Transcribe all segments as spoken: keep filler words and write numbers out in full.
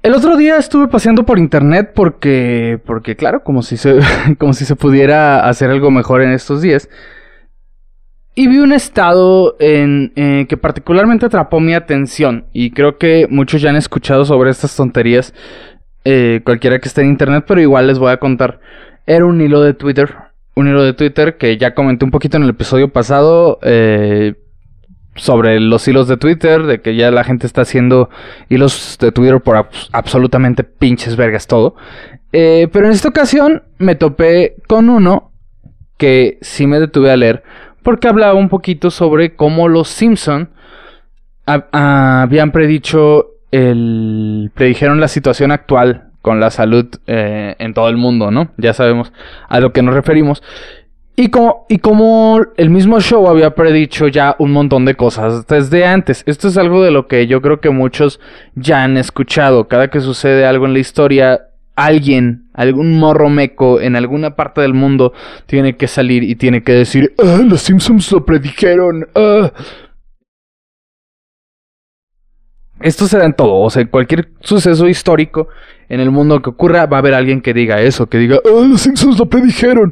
El otro día estuve paseando por internet porque, porque claro, como si se, como si se pudiera hacer algo mejor en estos días. Y vi un estado en, eh, que particularmente atrapó mi atención. Y creo que muchos ya han escuchado sobre estas tonterías, eh, cualquiera que esté en internet, pero igual les voy a contar. Era un hilo de Twitter, un hilo de Twitter que ya comenté un poquito en el episodio pasado, eh... sobre los hilos de Twitter, de que ya la gente está haciendo hilos de Twitter por abs- absolutamente pinches vergas todo. Eh, pero en esta ocasión me topé con uno que sí me detuve a leer, porque hablaba un poquito sobre cómo los Simpson a- a- habían predicho el... predijeron la situación actual con la salud eh, en todo el mundo, ¿no? Ya sabemos a lo que nos referimos. Y como, y como el mismo show había predicho ya un montón de cosas desde antes. Esto es algo de lo que yo creo que muchos ya han escuchado. Cada que sucede algo en la historia, alguien, algún morro meco en alguna parte del mundo tiene que salir y tiene que decir: ¡Ah, los Simpsons lo predijeron! ¡Ah! Esto se da en todo. O sea, cualquier suceso histórico en el mundo que ocurra, va a haber alguien que diga eso, que diga: ¡Ah, los Simpsons lo predijeron!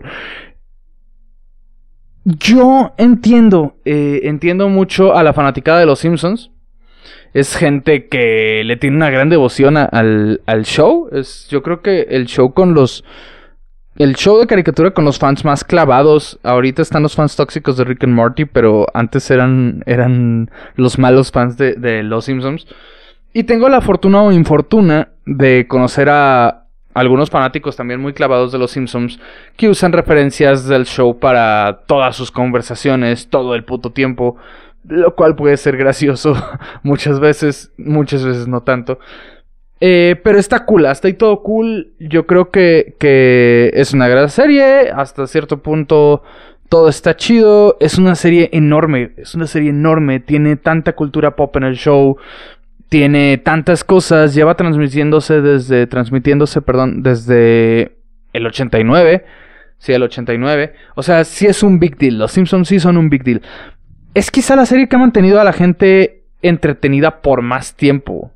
Yo entiendo, eh, entiendo mucho a la fanaticada de los Simpsons. Es gente que le tiene una gran devoción a, al, al show. Es, yo creo que el show con los... El show de caricatura con los fans más clavados. Ahorita están los fans tóxicos de Rick and Morty, pero antes eran, eran los malos fans de, de los Simpsons. Y tengo la fortuna o infortuna de conocer a algunos fanáticos también muy clavados de los Simpsons, que usan referencias del show para todas sus conversaciones, todo el puto tiempo, lo cual puede ser gracioso muchas veces, muchas veces no tanto. Eh, pero está cool, hasta ahí todo cool. Yo creo que, que es una gran serie, hasta cierto punto todo está chido. Es una serie enorme, es una serie enorme, tiene tanta cultura pop en el show. Tiene tantas cosas, lleva transmitiéndose desde, transmitiéndose, perdón, desde el ochenta y nueve. Sí, el ochenta y nueve. O sea, sí es un big deal. Los Simpsons sí son un big deal. Es quizá la serie que ha mantenido a la gente entretenida por más tiempo.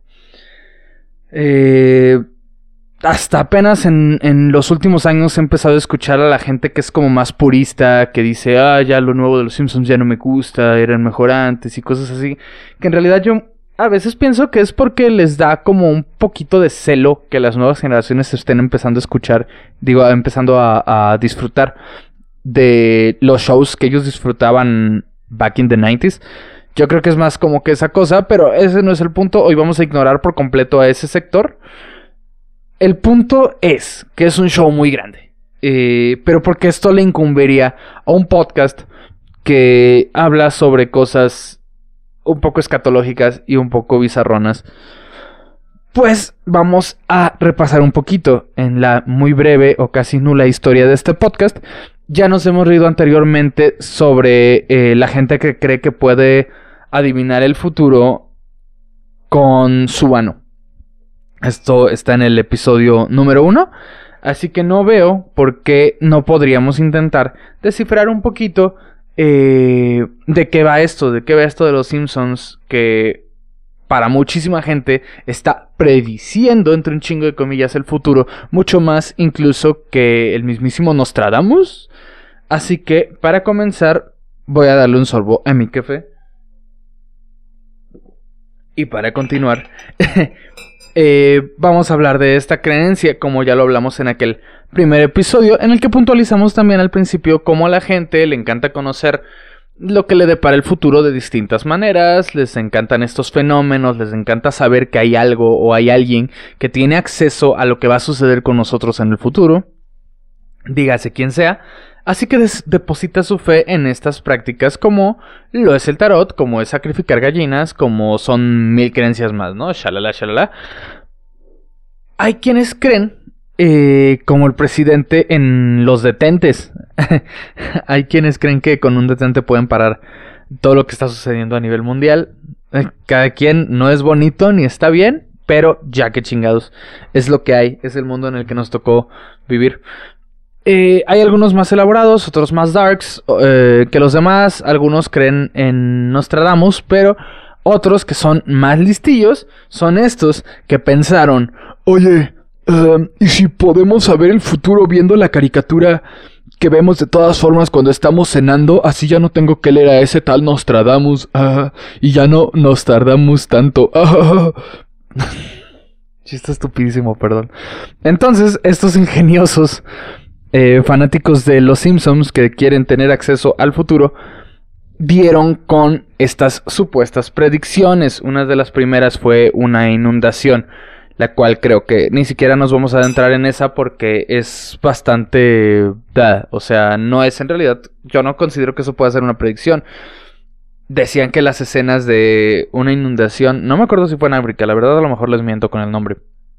Eh, hasta apenas en, en los últimos años he empezado a escuchar a la gente que es como más purista, que dice: ah, ya lo nuevo de los Simpsons ya no me gusta, eran mejor antes y cosas así. Que en realidad yo... a veces pienso que es porque les da como un poquito de celo que las nuevas generaciones estén empezando a escuchar, digo, empezando a, a disfrutar de los shows que ellos disfrutaban back in the nineties. Yo creo que es más como que esa cosa, pero ese no es el punto. Hoy vamos a ignorar por completo a ese sector. El punto es que es un show muy grande, eh, pero porque esto le incumbiría a un podcast que habla sobre cosas un poco escatológicas y un poco bizarronas. Pues vamos a repasar un poquito en la muy breve o casi nula historia de este podcast. Ya nos hemos reído anteriormente sobre eh, la gente que cree que puede adivinar el futuro con su ano. Esto está en el episodio número uno. Así que no veo por qué no podríamos intentar descifrar un poquito Eh, ¿de qué va esto? ¿De qué va esto de los Simpsons? Que para muchísima gente está prediciendo, entre un chingo de comillas, el futuro. Mucho más incluso que el mismísimo Nostradamus. Así que, para comenzar, voy a darle un sorbo a mi café. Y para continuar, eh, vamos a hablar de esta creencia, como ya lo hablamos en aquel primer episodio, en el que puntualizamos también al principio cómo a la gente le encanta conocer lo que le depara el futuro de distintas maneras. Les encantan estos fenómenos, les encanta saber que hay algo o hay alguien que tiene acceso a lo que va a suceder con nosotros en el futuro, dígase quien sea. Así que des- deposita su fe en estas prácticas, como lo es el tarot, como es sacrificar gallinas, como son mil creencias más, ¿no? Shalala, shalala. Hay quienes creen, eh, como el presidente, en los detentes. Hay quienes creen que con un detente pueden parar todo lo que está sucediendo a nivel mundial. Eh, cada quien, no es bonito ni está bien, pero ya que chingados, es lo que hay, es el mundo en el que nos tocó vivir. Eh, hay algunos más elaborados, otros más darks eh, que los demás. Algunos creen en Nostradamus, pero Otros que son más listillos son estos que pensaron, oye, uh, ¿y si podemos saber el futuro viendo la caricatura que vemos de todas formas cuando estamos cenando? Así ya no tengo que leer a ese tal Nostradamus, uh, y ya no nos tardamos tanto. Uh. Chiste estupidísimo, perdón. Entonces, estos ingeniosos eh, fanáticos de Los Simpsons que quieren tener acceso al futuro dieron con estas supuestas predicciones. Una de las primeras fue una inundación, la cual creo que ni siquiera nos vamos a adentrar en esa porque es bastante... Da, o sea, no es en realidad... Yo no considero que eso pueda ser una predicción. Decían que las escenas de una inundación... No me acuerdo si fue en África, la verdad a lo mejor les miento con el nombre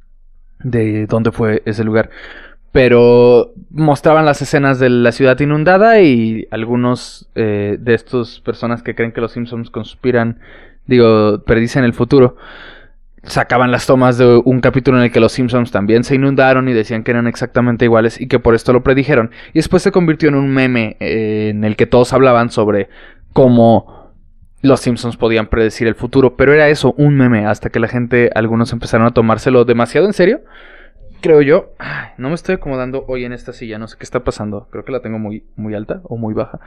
de dónde fue ese lugar. Pero mostraban las escenas de la ciudad inundada y algunos eh, de estas personas que creen que los Simpsons conspiran, digo, predicen el futuro, sacaban las tomas de un capítulo en el que los Simpsons también se inundaron y decían que eran exactamente iguales y que por esto lo predijeron. Y después se convirtió en un meme eh, en el que todos hablaban sobre cómo los Simpsons podían predecir el futuro. Pero era eso, un meme, hasta que la gente, algunos empezaron a tomárselo demasiado en serio. Creo yo. Ay, no me estoy acomodando hoy en esta silla. No sé qué está pasando. Creo que la tengo muy, muy alta o muy baja.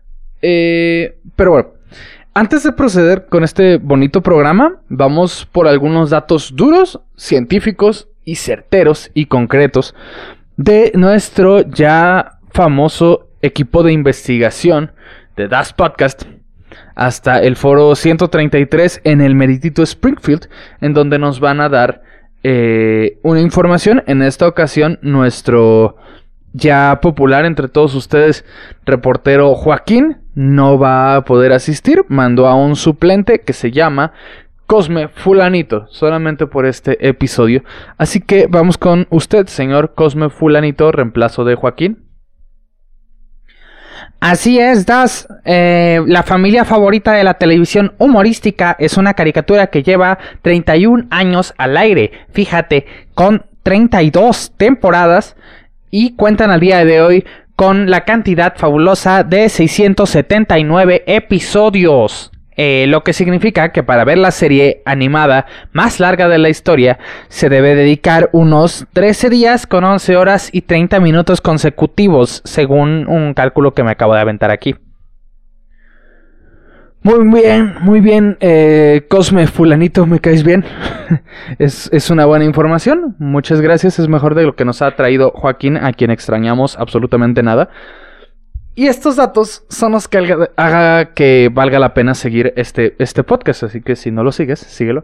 Eh, pero bueno. Antes de proceder con este bonito programa, vamos por algunos datos duros, científicos y certeros y concretos de nuestro ya famoso equipo de investigación de Das Podcast hasta el foro ciento treinta y tres en el meritito Springfield, en donde nos van a dar Eh, una información. En esta ocasión nuestro ya popular entre todos ustedes reportero Joaquín no va a poder asistir, mandó a un suplente que se llama Cosme Fulanito solamente por este episodio, así que vamos con usted, señor Cosme Fulanito, reemplazo de Joaquín. Así es, Das. Eh, la familia favorita de la televisión humorística es una caricatura que lleva treinta y un años al aire. Fíjate, con treinta y dos temporadas y cuentan al día de hoy con la cantidad fabulosa de seiscientos setenta y nueve episodios. Eh, lo que significa que para ver la serie animada más larga de la historia se debe dedicar unos trece días con once horas y treinta minutos consecutivos, según un cálculo que me acabo de aventar aquí. Muy bien, muy bien, eh, Cosme Fulanito, me caes bien. es, es una buena información, muchas gracias, es mejor de lo que nos ha traído Joaquín, a quien extrañamos absolutamente nada. Y estos datos son los que haga, haga que valga la pena seguir este, este podcast. Así que si no lo sigues, síguelo.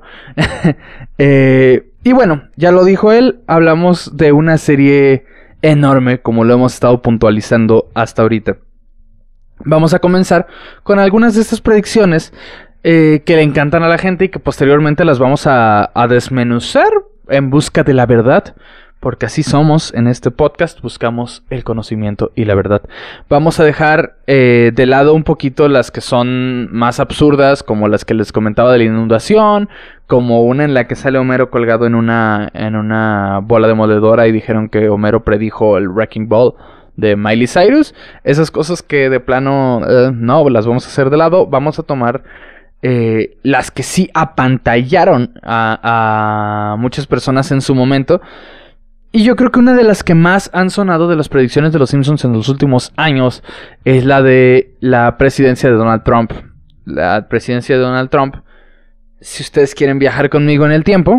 eh, y bueno, ya lo dijo él. Hablamos de una serie enorme, como lo hemos estado puntualizando hasta ahorita. Vamos a comenzar con algunas de estas predicciones eh, que le encantan a la gente y que posteriormente las vamos a, a desmenuzar en busca de la verdad. Porque así somos en este podcast, buscamos el conocimiento y la verdad. Vamos a dejar eh, de lado un poquito las que son más absurdas, como las que les comentaba de la inundación, como una en la que sale Homero colgado en una, en una bola demoledora y dijeron que Homero predijo el Wrecking Ball de Miley Cyrus. Esas cosas que de plano eh, no, las vamos a hacer de lado. Vamos a tomar eh, las que sí apantallaron a, a muchas personas en su momento. Y yo creo que una de las que más han sonado de las predicciones de los Simpsons en los últimos años es la de la presidencia de Donald Trump. La presidencia de Donald Trump. Si ustedes quieren viajar conmigo en el tiempo,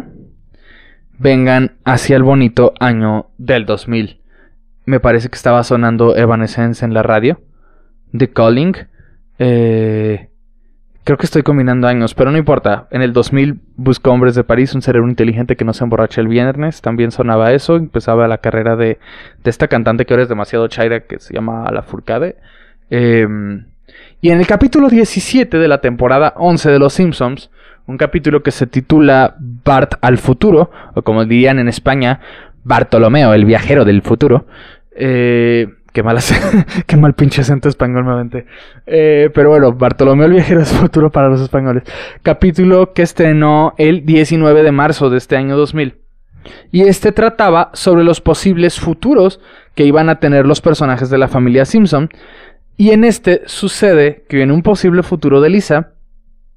vengan hacia el bonito año del dos mil. Me parece que estaba sonando Evanescence en la radio. The Calling. Eh... Creo que estoy combinando años, pero no importa. En el dos mil buscó Hombres de París, un cerebro inteligente que no se emborracha el viernes. También sonaba eso. Empezaba la carrera de, de esta cantante que ahora es demasiado chaira, que se llama La Fourcade. Eh, y en el capítulo diecisiete de la temporada once de Los Simpsons, un capítulo que se titula Bart al futuro, o como dirían en España, Bartolomeo, el viajero del futuro. Eh... Qué mal, qué mal pinche acento español me aventé. Eh, pero bueno, Bartolomeo el viajero del futuro para los españoles. Capítulo que estrenó el diecinueve de marzo de este año dos mil. Y este trataba sobre los posibles futuros que iban a tener los personajes de la familia Simpson. Y en este sucede que en un posible futuro de Lisa,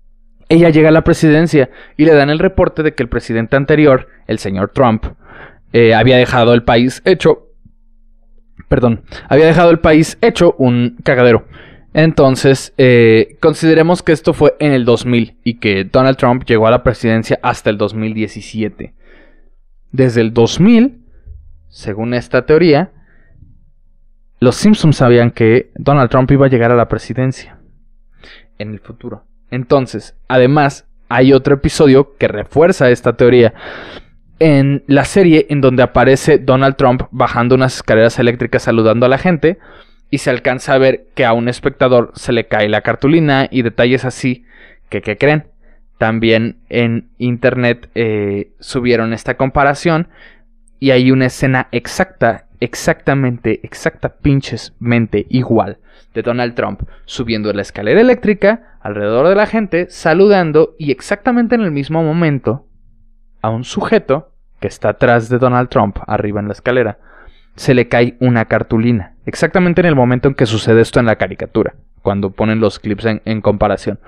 ella llega a la presidencia y le dan el reporte de que el presidente anterior, el señor Trump, eh, había dejado el país hecho... Perdón, había dejado el país hecho un cagadero. Entonces, eh, consideremos que esto fue en el dos mil y que Donald Trump llegó a la presidencia hasta el dos mil diecisiete. Desde el dos mil, según esta teoría, los Simpsons sabían que Donald Trump iba a llegar a la presidencia en el futuro. Entonces, además, hay otro episodio que refuerza esta teoría. En la serie en donde aparece Donald Trump bajando unas escaleras eléctricas saludando a la gente y se alcanza a ver que a un espectador se le cae la cartulina y detalles así que, ¿qué creen? También en internet eh, subieron esta comparación y hay una escena exacta, exactamente, exacta pinches mente igual de Donald Trump subiendo la escalera eléctrica alrededor de la gente, saludando y exactamente en el mismo momento a un sujeto que está atrás de Donald Trump arriba en la escalera se le cae una cartulina, exactamente en el momento en que sucede esto en la caricatura, cuando ponen los clips en, en comparación.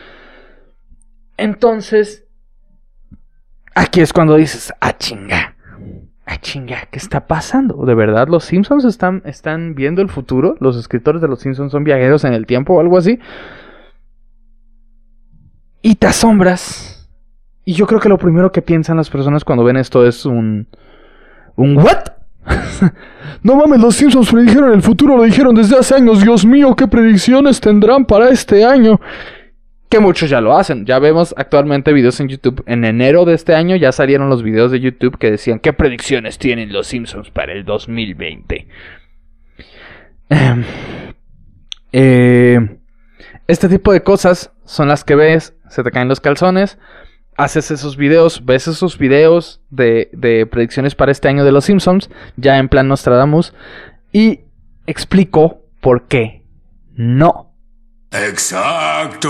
Entonces, aquí es cuando dices, ah chinga, ah chinga, ¿qué está pasando? ¿De verdad los Simpsons están, están viendo el futuro? ¿Los escritores de los Simpsons son viajeros en el tiempo o algo así? Y te asombras. Y yo creo que lo primero que piensan las personas cuando ven esto es un... ¿Un what? No mames, los Simpsons predijeron el futuro, lo dijeron desde hace años. Dios mío, ¿qué predicciones tendrán para este año? Que muchos ya lo hacen. Ya vemos actualmente videos en YouTube. En enero de este año ya salieron los videos de YouTube que decían ¿qué predicciones tienen los Simpsons para el dos mil veinte? Eh, eh, este tipo de cosas son las que ves, se te caen los calzones, haces esos videos, ves esos videos de, de predicciones para este año de los Simpsons, ya en plan Nostradamus, y explico por qué no. ¡Exacto!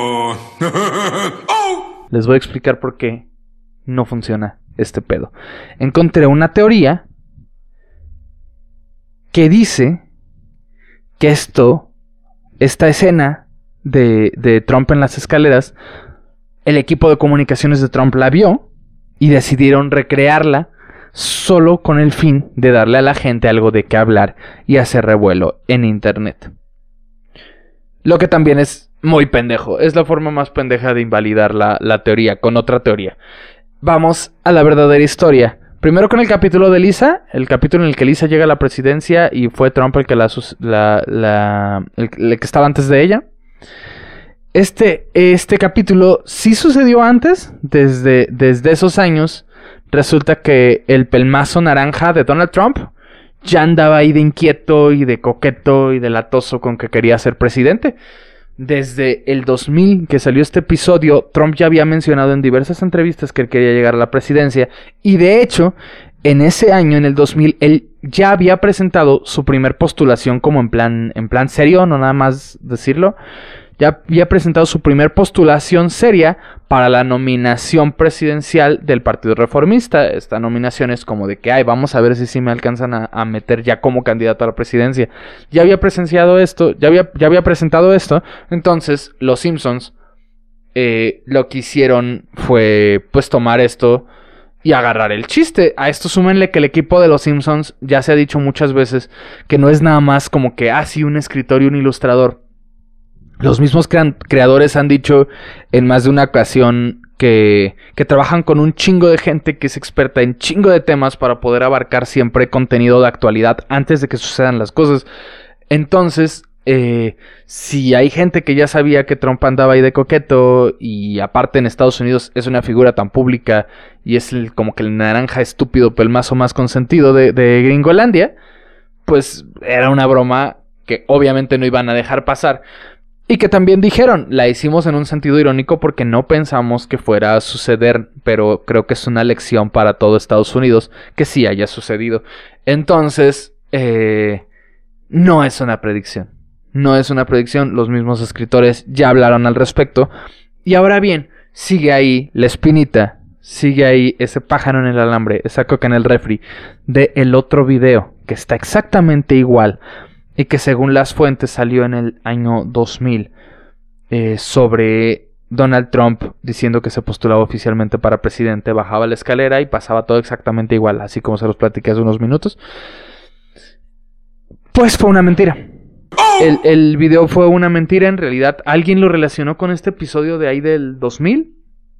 ¡Oh! Les voy a explicar por qué no funciona este pedo. Encontré una teoría que dice que esto, esta escena de, de Trump en las escaleras, el equipo de comunicaciones de Trump la vio y decidieron recrearla solo con el fin de darle a la gente algo de qué hablar y hacer revuelo en internet. Lo que también es muy pendejo. Es la forma más pendeja de invalidar la, la teoría con otra teoría. Vamos a la verdadera historia. Primero con el capítulo de Lisa. El capítulo en el que Lisa llega a la presidencia y fue Trump el que, la, la, la, el, el que estaba antes de ella. Este, este capítulo sí sucedió antes. Desde, desde esos años resulta que el pelmazo naranja de Donald Trump ya andaba ahí de inquieto y de coqueto y de latoso con que quería ser presidente. Desde el dos mil que salió este episodio, Trump ya había mencionado en diversas entrevistas que él quería llegar a la presidencia. Y de hecho, en ese año, en el dos mil, él ya había presentado su primer postulación como en plan, en plan serio, no nada más decirlo. Ya había presentado su primer postulación seria para la nominación presidencial del Partido Reformista. Esta nominación es como de que, ay, vamos a ver si sí me alcanzan a, a meter ya como candidato a la presidencia. Ya había presenciado esto, ya había, ya había presentado esto. Entonces, los Simpsons eh, lo que hicieron fue, pues, tomar esto y agarrar el chiste. A esto súmenle que el equipo de los Simpsons, ya se ha dicho muchas veces, que no es nada más como que, ah, sí, un escritor y un ilustrador. Los mismos cre- creadores han dicho en más de una ocasión que, que trabajan con un chingo de gente que es experta en chingo de temas para poder abarcar siempre contenido de actualidad antes de que sucedan las cosas. Entonces, eh, si hay gente que ya sabía que Trump andaba ahí de coqueto y aparte en Estados Unidos es una figura tan pública y es el, como que el naranja estúpido pelmazo más consentido de, de Gringolandia, pues era una broma que obviamente no iban a dejar pasar. Y que también dijeron, la hicimos en un sentido irónico porque no pensamos que fuera a suceder, pero creo que es una lección para todo Estados Unidos que sí haya sucedido. Entonces, eh, no es una predicción. No es una predicción, los mismos escritores ya hablaron al respecto. Y ahora bien, sigue ahí la espinita, sigue ahí ese pájaro en el alambre, esa coca en el refri, de el otro video, que está exactamente igual. Y que según las fuentes salió en el año dos mil eh, sobre Donald Trump diciendo que se postulaba oficialmente para presidente, bajaba la escalera y pasaba todo exactamente igual, así como se los platiqué hace unos minutos. Pues fue una mentira. El, el video fue una mentira, en realidad alguien lo relacionó con este episodio de ahí del dos mil.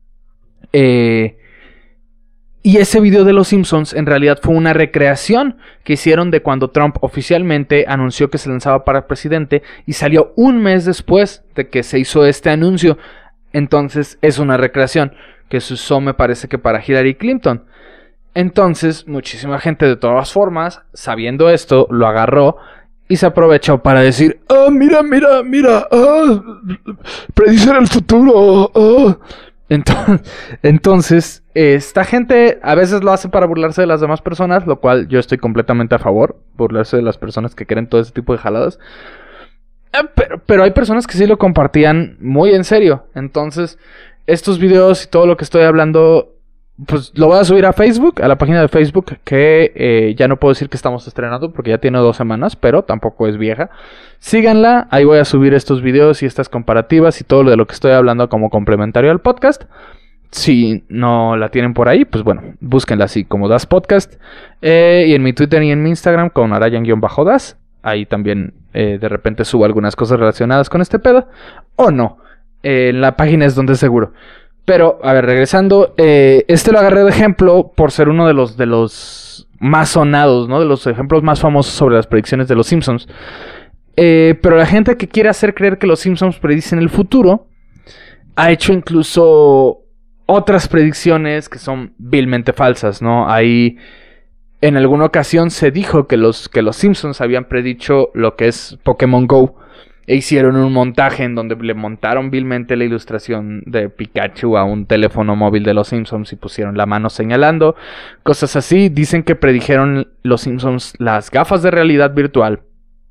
Eh, y ese video de Los Simpsons en realidad fue una recreación que hicieron de cuando Trump oficialmente anunció que se lanzaba para presidente y salió un mes después de que se hizo este anuncio. Entonces es una recreación que se usó, me parece que para Hillary Clinton. Entonces muchísima gente de todas formas, sabiendo esto, lo agarró y se aprovechó para decir: ah, mira, mira, mira, ah, predicen el futuro. Ah. Entonces, entonces esta gente a veces lo hace para burlarse de las demás personas, lo cual yo estoy completamente a favor, burlarse de las personas que creen todo ese tipo de jaladas. Pero, pero hay personas que sí lo compartían muy en serio. Entonces, estos videos y todo lo que estoy hablando, pues lo voy a subir a Facebook, a la página de Facebook, que eh, ya no puedo decir que estamos estrenando porque ya tiene dos semanas, pero tampoco es vieja. Síganla, ahí voy a subir estos videos y estas comparativas y todo lo de lo que estoy hablando como complementario al podcast. Si no la tienen por ahí, pues bueno, búsquenla así como Das Podcast. Eh, y en mi Twitter y en mi Instagram con Arayan-Das. Ahí también eh, de repente subo algunas cosas relacionadas con este pedo. O no. Eh, la página es donde seguro. Pero, a ver, regresando. Eh, este lo agarré de ejemplo por ser uno de los, de los más sonados, ¿no? De los ejemplos más famosos sobre las predicciones de los Simpsons. Eh, pero la gente que quiere hacer creer que los Simpsons predicen el futuro ha hecho incluso otras predicciones que son vilmente falsas, ¿no? Ahí... En alguna ocasión se dijo que los, que los Simpsons habían predicho lo que es Pokémon Go. E hicieron un montaje en donde le montaron vilmente la ilustración de Pikachu a un teléfono móvil de los Simpsons y pusieron la mano señalando. Cosas así. Dicen que predijeron los Simpsons las gafas de realidad virtual.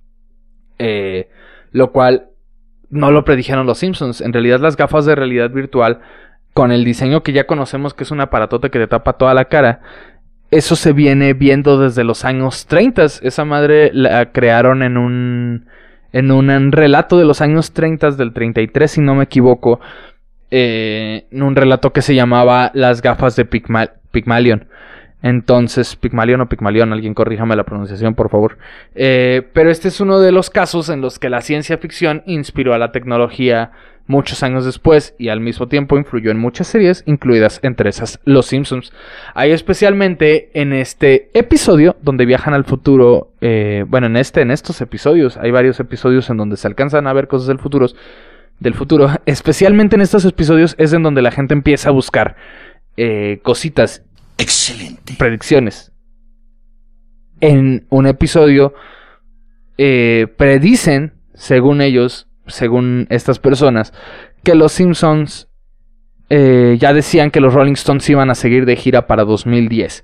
Eh, lo cual no lo predijeron los Simpsons. En realidad las gafas de realidad virtual, con el diseño que ya conocemos, que es un aparatote que te tapa toda la cara... Eso se viene viendo desde los años treinta. Esa madre la crearon en un, en un relato de los años treinta, del treinta y tres si no me equivoco. Eh, en un relato que se llamaba Las gafas de Pygma- Pygmalion. Entonces, Pygmalion o Pygmalion, alguien corríjame la pronunciación por favor. Eh, pero este es uno de los casos en los que la ciencia ficción inspiró a la tecnología muchos años después y al mismo tiempo influyó en muchas series, incluidas entre esas Los Simpsons. Hay especialmente en este episodio donde viajan al futuro, eh, bueno, en este, en estos episodios, hay varios episodios en donde se alcanzan a ver cosas del futuro, del futuro. Especialmente en estos episodios es en donde la gente empieza a buscar eh, cositas. Excelente. Predicciones. En un episodio eh, predicen, según ellos, según estas personas, que los Simpsons eh, ya decían que los Rolling Stones iban a seguir de gira para dos mil diez.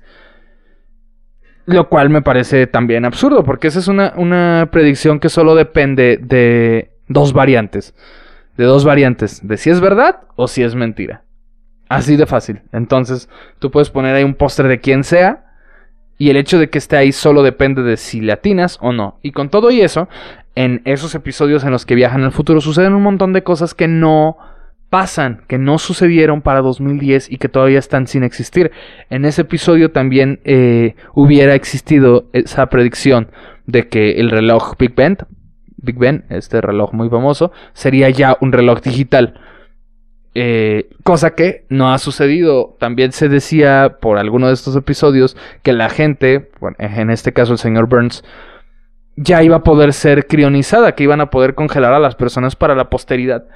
Lo cual me parece también absurdo, porque esa es una, una predicción que solo depende de dos variantes. De dos variantes, de si es verdad o si es mentira. Así de fácil. Entonces, tú puedes poner ahí un póster de quien sea, y el hecho de que esté ahí solo depende de si le atinas o no. Y con todo y eso, en esos episodios en los que viajan al futuro suceden un montón de cosas que no pasan, que no sucedieron para dos mil diez y que todavía están sin existir. En ese episodio también eh, hubiera existido esa predicción de que el reloj Big Ben, Big Ben, este reloj muy famoso, sería ya un reloj digital. Eh, cosa que no ha sucedido. También se decía por alguno de estos episodios que la gente, bueno, en este caso el señor Burns, ya iba a poder ser crionizada, que iban a poder congelar a las personas para la posteridad.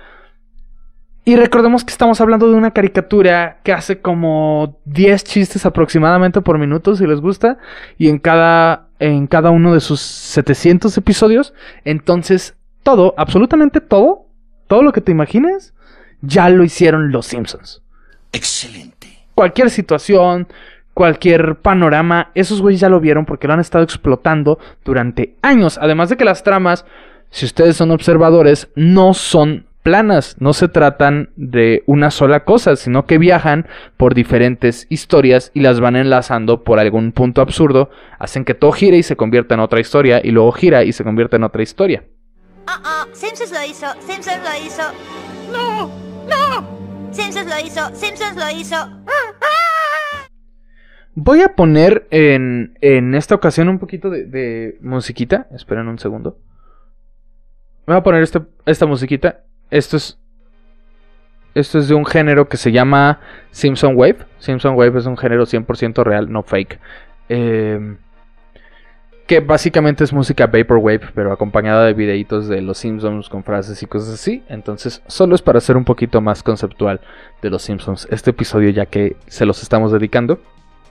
Y recordemos que estamos hablando de una caricatura que hace como diez chistes aproximadamente por minuto, si les gusta, y en cada, en cada uno de sus setecientos episodios. Entonces, todo, absolutamente todo, todo lo que te imagines, ya lo hicieron los Simpsons. Excelente. Cualquier situación, cualquier panorama, esos güeyes ya lo vieron porque lo han estado explotando durante años. Además de que las tramas, si ustedes son observadores, no son planas, no se tratan de una sola cosa, sino que viajan por diferentes historias y las van enlazando por algún punto absurdo, hacen que todo gire y se convierta en otra historia, y luego gira y se convierte en otra historia. Uh-uh. Simpsons lo hizo, Simpsons lo hizo. No, ¡No! Simpsons lo hizo, Simpsons lo hizo. Voy a poner en, en esta ocasión un poquito de, de musiquita. Esperen un segundo. Voy a poner este, esta musiquita. Esto es... Esto es de un género que se llama Simpson Wave. Simpson Wave es un género cien por ciento real, no fake. Eh, que básicamente es música Vaporwave, pero acompañada de videitos de los Simpsons con frases y cosas así. Entonces, solo es para hacer un poquito más conceptual de los Simpsons este episodio, ya que se los estamos dedicando.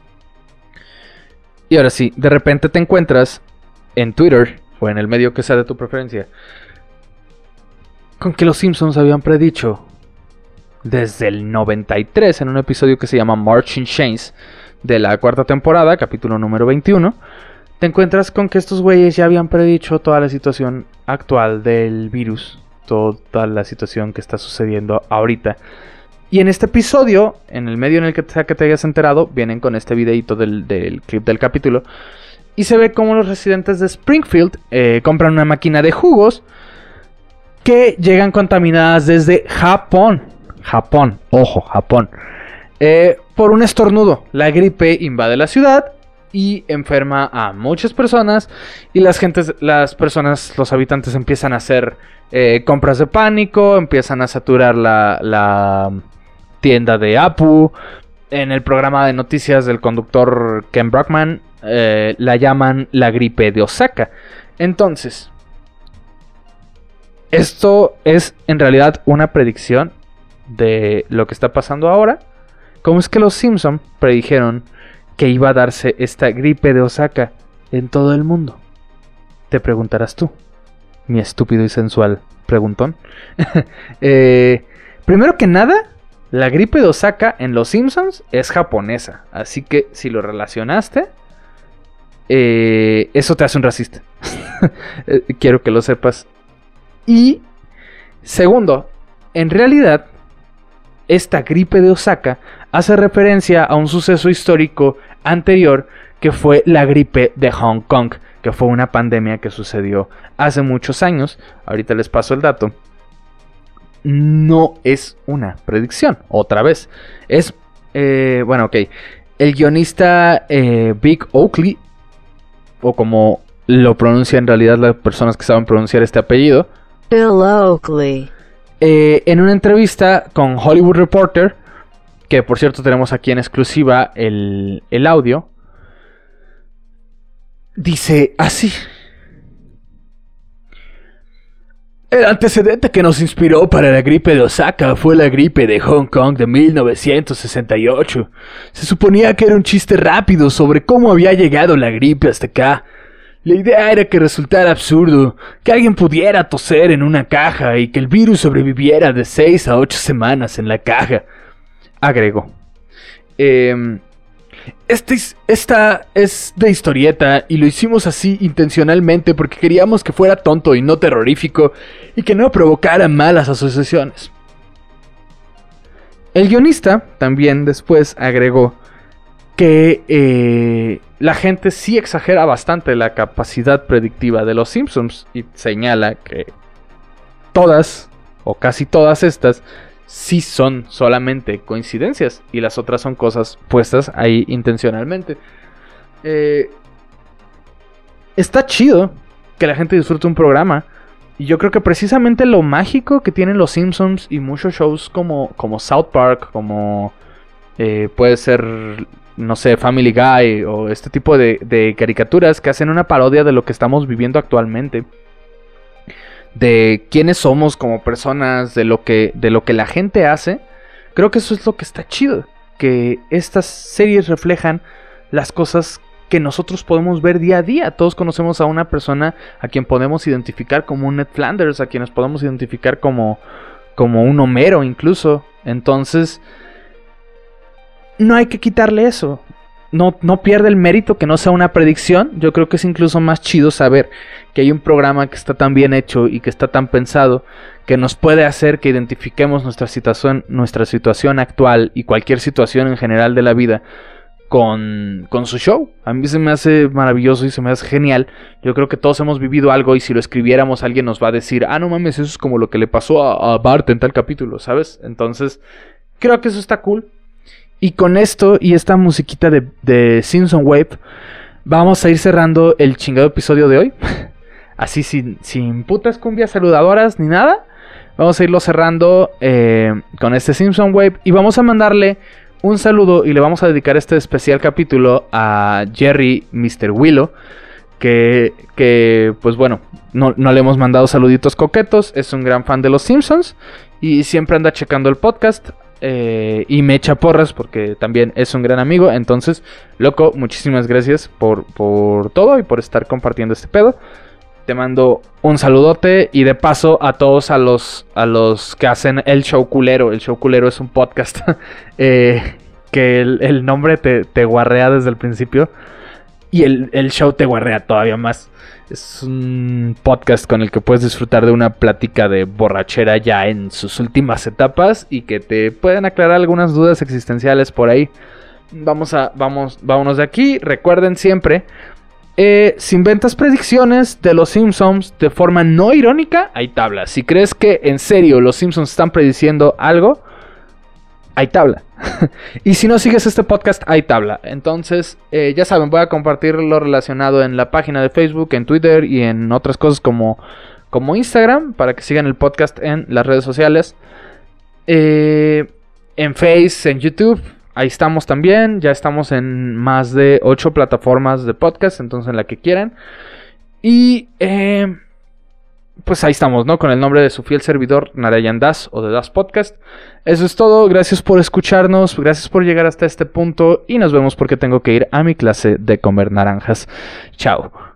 Y ahora sí, de repente te encuentras en Twitter, o en el medio que sea de tu preferencia, con que los Simpsons habían predicho desde el noventa y tres, en un episodio que se llama Marching Chains, de la cuarta temporada, capítulo número veintiuno, te encuentras con que estos güeyes ya habían predicho toda la situación actual del virus, toda la situación que está sucediendo ahorita. Y en este episodio, en el medio en el que sea que te hayas enterado, vienen con este videito del, del clip del capítulo, y se ve como los residentes de Springfield eh, compran una máquina de jugos que llegan contaminadas desde Japón. Japón, ojo, Japón. Eh, por un estornudo, la gripe invade la ciudad y enferma a muchas personas. Y las gentes, las personas, los habitantes empiezan a hacer eh, compras de pánico, empiezan a saturar la, la tienda de Apu. En el programa de noticias del conductor Ken Brockman eh, la llaman la gripe de Osaka. Entonces, esto es en realidad una predicción de lo que está pasando ahora. ¿Cómo es que los Simpson predijeron que iba a darse esta gripe de Osaka en todo el mundo? Te preguntarás tú, mi estúpido y sensual preguntón. eh, primero que nada, la gripe de Osaka en los Simpsons es japonesa, así que si lo relacionaste, eh, eso te hace un racista. Quiero que lo sepas. Y segundo, en realidad, esta gripe de Osaka hace referencia a un suceso histórico anterior que fue la gripe de Hong Kong, que fue una pandemia que sucedió hace muchos años. Ahorita les paso el dato. No es una predicción, otra vez. Es, eh, bueno, ok. El guionista eh, Vic Oakley, o como lo pronuncia en realidad las personas que saben pronunciar este apellido, Bill Oakley. Eh, en una entrevista con Hollywood Reporter, que por cierto tenemos aquí en exclusiva el, el audio, dice así: el antecedente que nos inspiró para la gripe de Osaka fue la gripe de Hong Kong de mil novecientos sesenta y ocho. Se suponía que era un chiste rápido sobre cómo había llegado la gripe hasta acá. La idea era que resultara absurdo que alguien pudiera toser en una caja y que el virus sobreviviera de seis a ocho semanas en la caja. Agregó. Eh, este, esta es de historieta y lo hicimos así intencionalmente porque queríamos que fuera tonto y no terrorífico y que no provocara malas asociaciones. El guionista también después agregó que eh, la gente sí exagera bastante la capacidad predictiva de los Simpsons y señala que todas o casi todas estas sí son solamente coincidencias y las otras son cosas puestas ahí intencionalmente. Eh, está chido que la gente disfrute un programa y yo creo que precisamente lo mágico que tienen los Simpsons y muchos shows como, como South Park, como eh, puede ser, no sé, Family Guy o este tipo de, de caricaturas que hacen una parodia de lo que estamos viviendo actualmente, de quiénes somos como personas, de lo que, de lo que la gente hace. Creo que eso es lo que está chido, que estas series reflejan las cosas que nosotros podemos ver día a día. Todos conocemos a una persona a quien podemos identificar como un Ned Flanders, a quienes podemos identificar como, como un Homero incluso. Entonces, no hay que quitarle eso. No, no pierde el mérito que no sea una predicción. Yo creo que es incluso más chido saber que hay un programa que está tan bien hecho y que está tan pensado que nos puede hacer que identifiquemos nuestra situación, nuestra situación actual y cualquier situación en general de la vida con, con su show. A mí se me hace maravilloso y se me hace genial. Yo creo que todos hemos vivido algo y si lo escribiéramos alguien nos va a decir, ah, no mames, eso es como lo que le pasó a, a Bart en tal capítulo, ¿sabes? Entonces, creo que eso está cool. Y con esto y esta musiquita de, de Simpson Wave, vamos a ir cerrando el chingado episodio de hoy. Así sin, sin putas cumbias saludadoras ni nada. Vamos a irlo cerrando eh, con este Simpson Wave. Y vamos a mandarle un saludo y le vamos a dedicar este especial capítulo a Jerry mister Willow. Que, que pues bueno, no, no le hemos mandado saluditos coquetos. Es un gran fan de los Simpsons y siempre anda checando el podcast. Eh, y me echa porras porque también es un gran amigo. Entonces, loco, muchísimas gracias por, por todo y por estar compartiendo este pedo. Te mando un saludote y de paso a todos a los, a los que hacen El Show Culero. El Show Culero es un podcast eh, que el, el nombre te, te guarrea desde el principio y el, el show te guarrea todavía más. Es un podcast con el que puedes disfrutar de una plática de borrachera ya en sus últimas etapas y que te pueden aclarar algunas dudas existenciales por ahí. Vamos a, vamos, vámonos de aquí. Recuerden siempre... Eh, si inventas predicciones de los Simpsons de forma no irónica, hay tabla. Si crees que en serio los Simpsons están prediciendo algo, hay tabla. Y si no sigues este podcast, hay tabla. Entonces, eh, ya saben, voy a compartir lo relacionado en la página de Facebook, en Twitter y en otras cosas como, como Instagram, para que sigan el podcast en las redes sociales. Eh, en Face, en YouTube. Ahí estamos también, ya estamos en más de ocho plataformas de podcast, entonces en la que quieran. Y eh, pues ahí estamos, ¿no? Con el nombre de su fiel servidor, Narayan Das o de Das Podcast. Eso es todo, gracias por escucharnos, gracias por llegar hasta este punto y nos vemos porque tengo que ir a mi clase de comer naranjas. Chao.